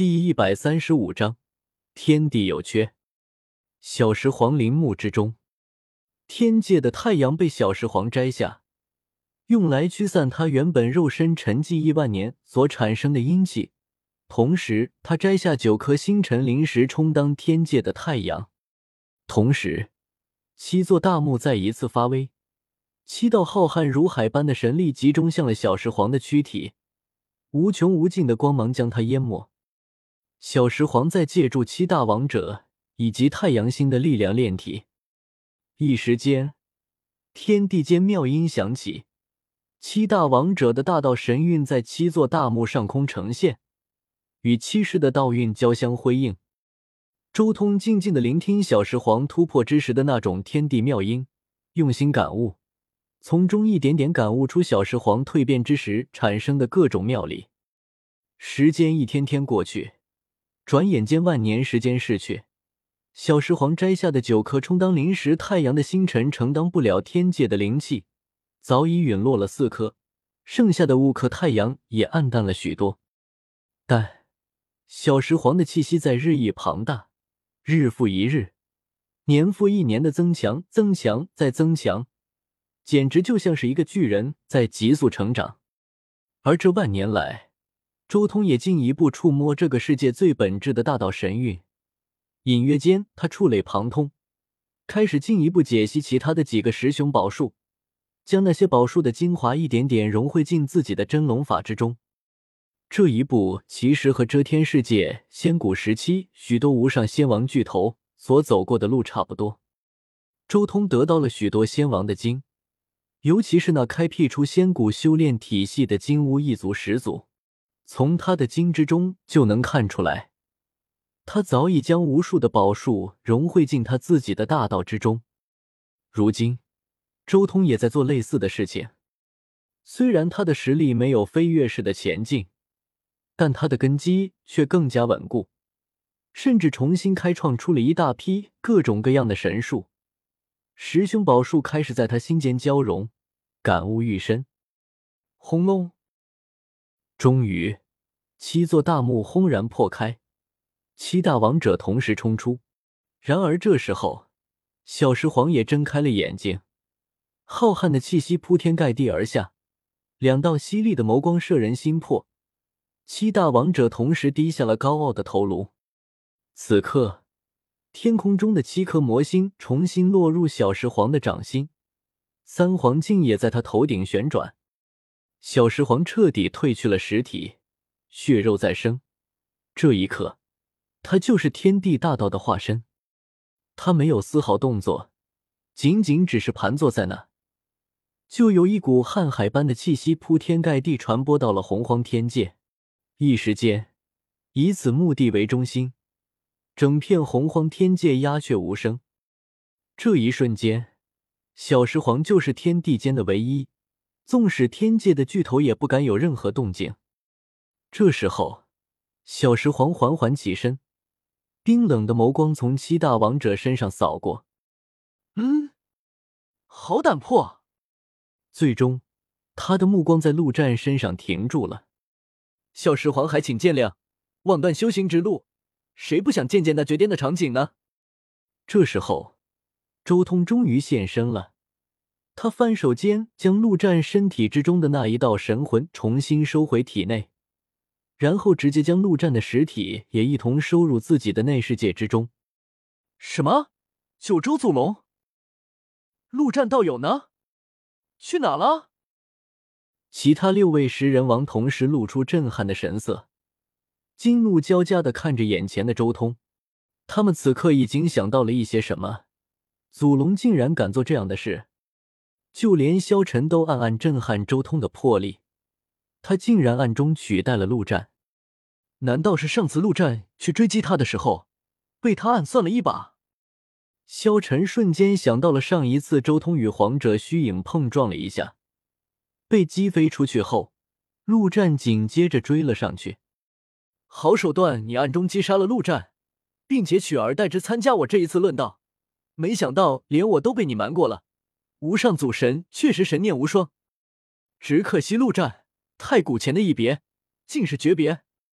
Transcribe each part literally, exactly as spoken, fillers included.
第一百三十五章天地有缺。小石皇陵墓之中，天界的太阳被小石皇摘下，用来驱散他原本肉身沉寂亿万年所产生的阴气，同时他摘下九颗星辰灵石充当天界的太阳。同时七座大墓再一次发威，七道浩瀚如海般的神力集中向了小石皇的躯体，无穷无尽的光芒将他淹没。小石皇在借助七大王者以及太阳星的力量炼体，一时间天地间妙音响起，七大王者的大道神韵在七座大墓上空呈现，与七世的道韵交相辉映。周通静静地聆听小石皇突破之时的那种天地妙音，用心感悟，从中一点点感悟出小石皇蜕变之时产生的各种妙理。时间一天天过去，转眼间万年时间逝去，小石皇摘下的九颗充当灵石太阳的星辰承当不了天界的灵气，早已陨落了四颗，剩下的五颗太阳也暗淡了许多。但小石皇的气息在日益庞大，日复一日，年复一年的增强，增强再增强，简直就像是一个巨人在急速成长。而这万年来，周通也进一步触摸这个世界最本质的大道神韵，隐约间他触类旁通，开始进一步解析其他的几个十雄宝术，将那些宝术的精华一点点融汇进自己的真龙法之中。这一步其实和遮天世界仙古时期许多无上仙王巨头所走过的路差不多。周通得到了许多仙王的经，尤其是那开辟出仙古修炼体系的金乌一族始祖，从他的经之中就能看出来，他早已将无数的宝术融汇进他自己的大道之中。如今周通也在做类似的事情，虽然他的实力没有飞跃式的前进，但他的根基却更加稳固，甚至重新开创出了一大批各种各样的神术。十凶宝术开始在他心间交融，感悟愈深。轰隆！终于七座大墓轰然破开，七大王者同时冲出。然而这时候小石皇也睁开了眼睛，浩瀚的气息铺天盖地而下，两道犀利的眸光摄人心魄。七大王者同时低下了高傲的头颅。此刻天空中的七颗魔星重新落入小石皇的掌心，三黄镜也在他头顶旋转。小石皇彻底褪去了实体，血肉再生。这一刻他就是天地大道的化身。他没有丝毫动作，仅仅只是盘坐在那，就有一股瀚海般的气息铺天盖地传播到了洪荒天界。一时间，以此墓地为中心，整片洪荒天界鸦雀无声。这一瞬间，小石皇就是天地间的唯一，纵使天界的巨头也不敢有任何动静。这时候，小石皇缓缓起身，冰冷的眸光从七大王者身上扫过。嗯，好胆魄！最终，他的目光在陆战身上停住了。小石皇还请见谅，妄断修行之路，谁不想见见那绝巅的场景呢？这时候，周通终于现身了。他翻手间将陆战身体之中的那一道神魂重新收回体内，然后直接将陆战的实体也一同收入自己的内世界之中。什么？九州祖龙？陆战道友呢？去哪了？其他六位食人王同时露出震撼的神色，惊怒交加地看着眼前的周通。他们此刻已经想到了一些什么，祖龙竟然敢做这样的事。就连萧晨都暗暗震撼周通的魄力，他竟然暗中取代了陆战。难道是上次陆战去追击他的时候，被他暗算了一把？萧晨瞬间想到了上一次周通与皇者虚影碰撞了一下，被击飞出去后，陆战紧接着追了上去。好手段，你暗中击杀了陆战，并且取而代之参加我这一次论道，没想到连我都被你瞒过了。无上祖神确实神念无双，只可惜陆战太古前的一别，竟是诀别。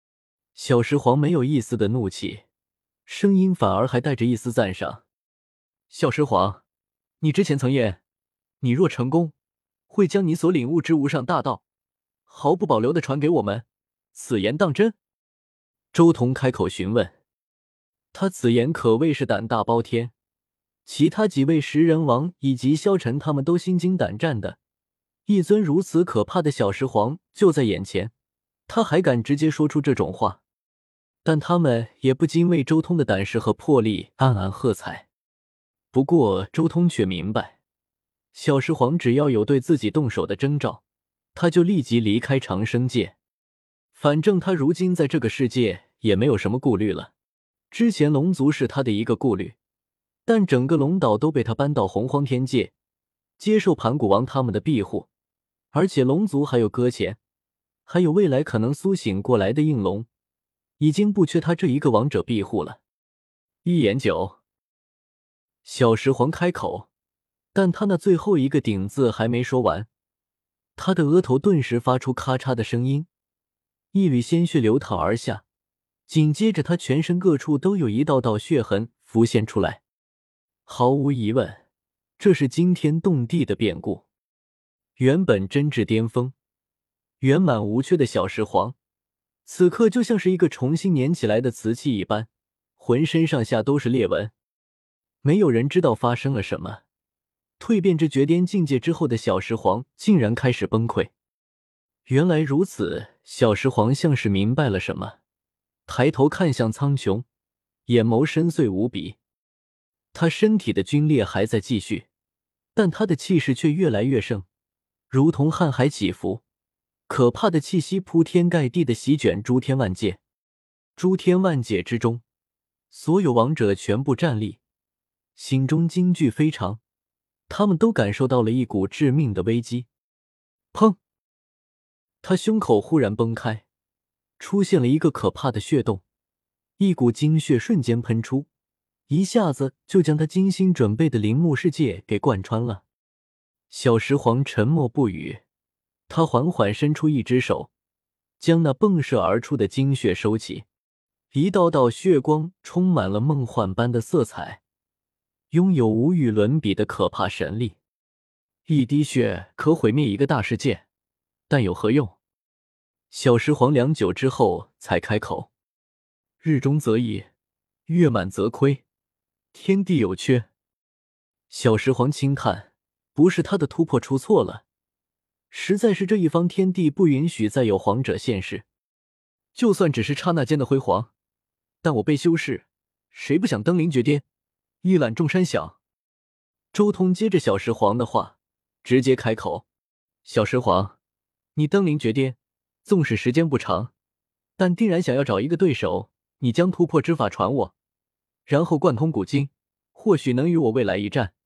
小石皇没有一丝的怒气，声音反而还带着一丝赞赏。小石皇，你之前曾言，你若成功，会将你所领悟之无上大道毫不保留地传给我们，此言当真？周彤开口询问。他此言可谓是胆大包天，其他几位食人王以及萧晨他们都心惊胆战的，一尊如此可怕的小石皇就在眼前，他还敢直接说出这种话，但他们也不禁为周通的胆识和魄力暗暗喝彩。不过周通却明白，小石皇只要有对自己动手的征兆，他就立即离开长生界。反正他如今在这个世界也没有什么顾虑了，之前龙族是他的一个顾虑，但整个龙岛都被他搬到洪荒天界，接受盘古王他们的庇护，而且龙族还有搁浅，还有未来可能苏醒过来的应龙，已经不缺他这一个王者庇护了。一言九，小石皇开口，但他那最后一个顶字还没说完，他的额头顿时发出咔嚓的声音，一缕鲜血流淌而下，紧接着他全身各处都有一道道血痕浮现出来。毫无疑问，这是惊天动地的变故。原本真至巅峰、圆满无缺的小石皇，此刻就像是一个重新粘起来的瓷器一般，浑身上下都是裂纹。没有人知道发生了什么，蜕变至绝巅境界之后的小石皇竟然开始崩溃。原来如此，小石皇像是明白了什么，抬头看向苍穹，眼眸深邃无比。他身体的皲裂还在继续，但他的气势却越来越盛，如同瀚海起伏，可怕的气息铺天盖地的席卷诸天万界。诸天万界之中，所有王者全部站立，心中惊惧非常，他们都感受到了一股致命的危机。砰！他胸口忽然崩开，出现了一个可怕的血洞，一股精血瞬间喷出，一下子就将他精心准备的陵墓世界给贯穿了。小石皇沉默不语，他缓缓伸出一只手，将那迸射而出的精血收起，一道道血光充满了梦幻般的色彩，拥有无与伦比的可怕神力。一滴血可毁灭一个大世界，但有何用？小石皇良久之后才开口：日中则溢，月满则亏，天地有缺。小石皇轻叹，不是他的突破出错了，实在是这一方天地不允许再有皇者现世。就算只是刹那间的辉煌，但我辈修士谁不想登临绝巅，一览众山小？周通接着小石皇的话直接开口：小石皇，你登临绝巅，纵使时间不长，但定然想要找一个对手，你将突破之法传我，然后贯通古今，或许能与我未来一战。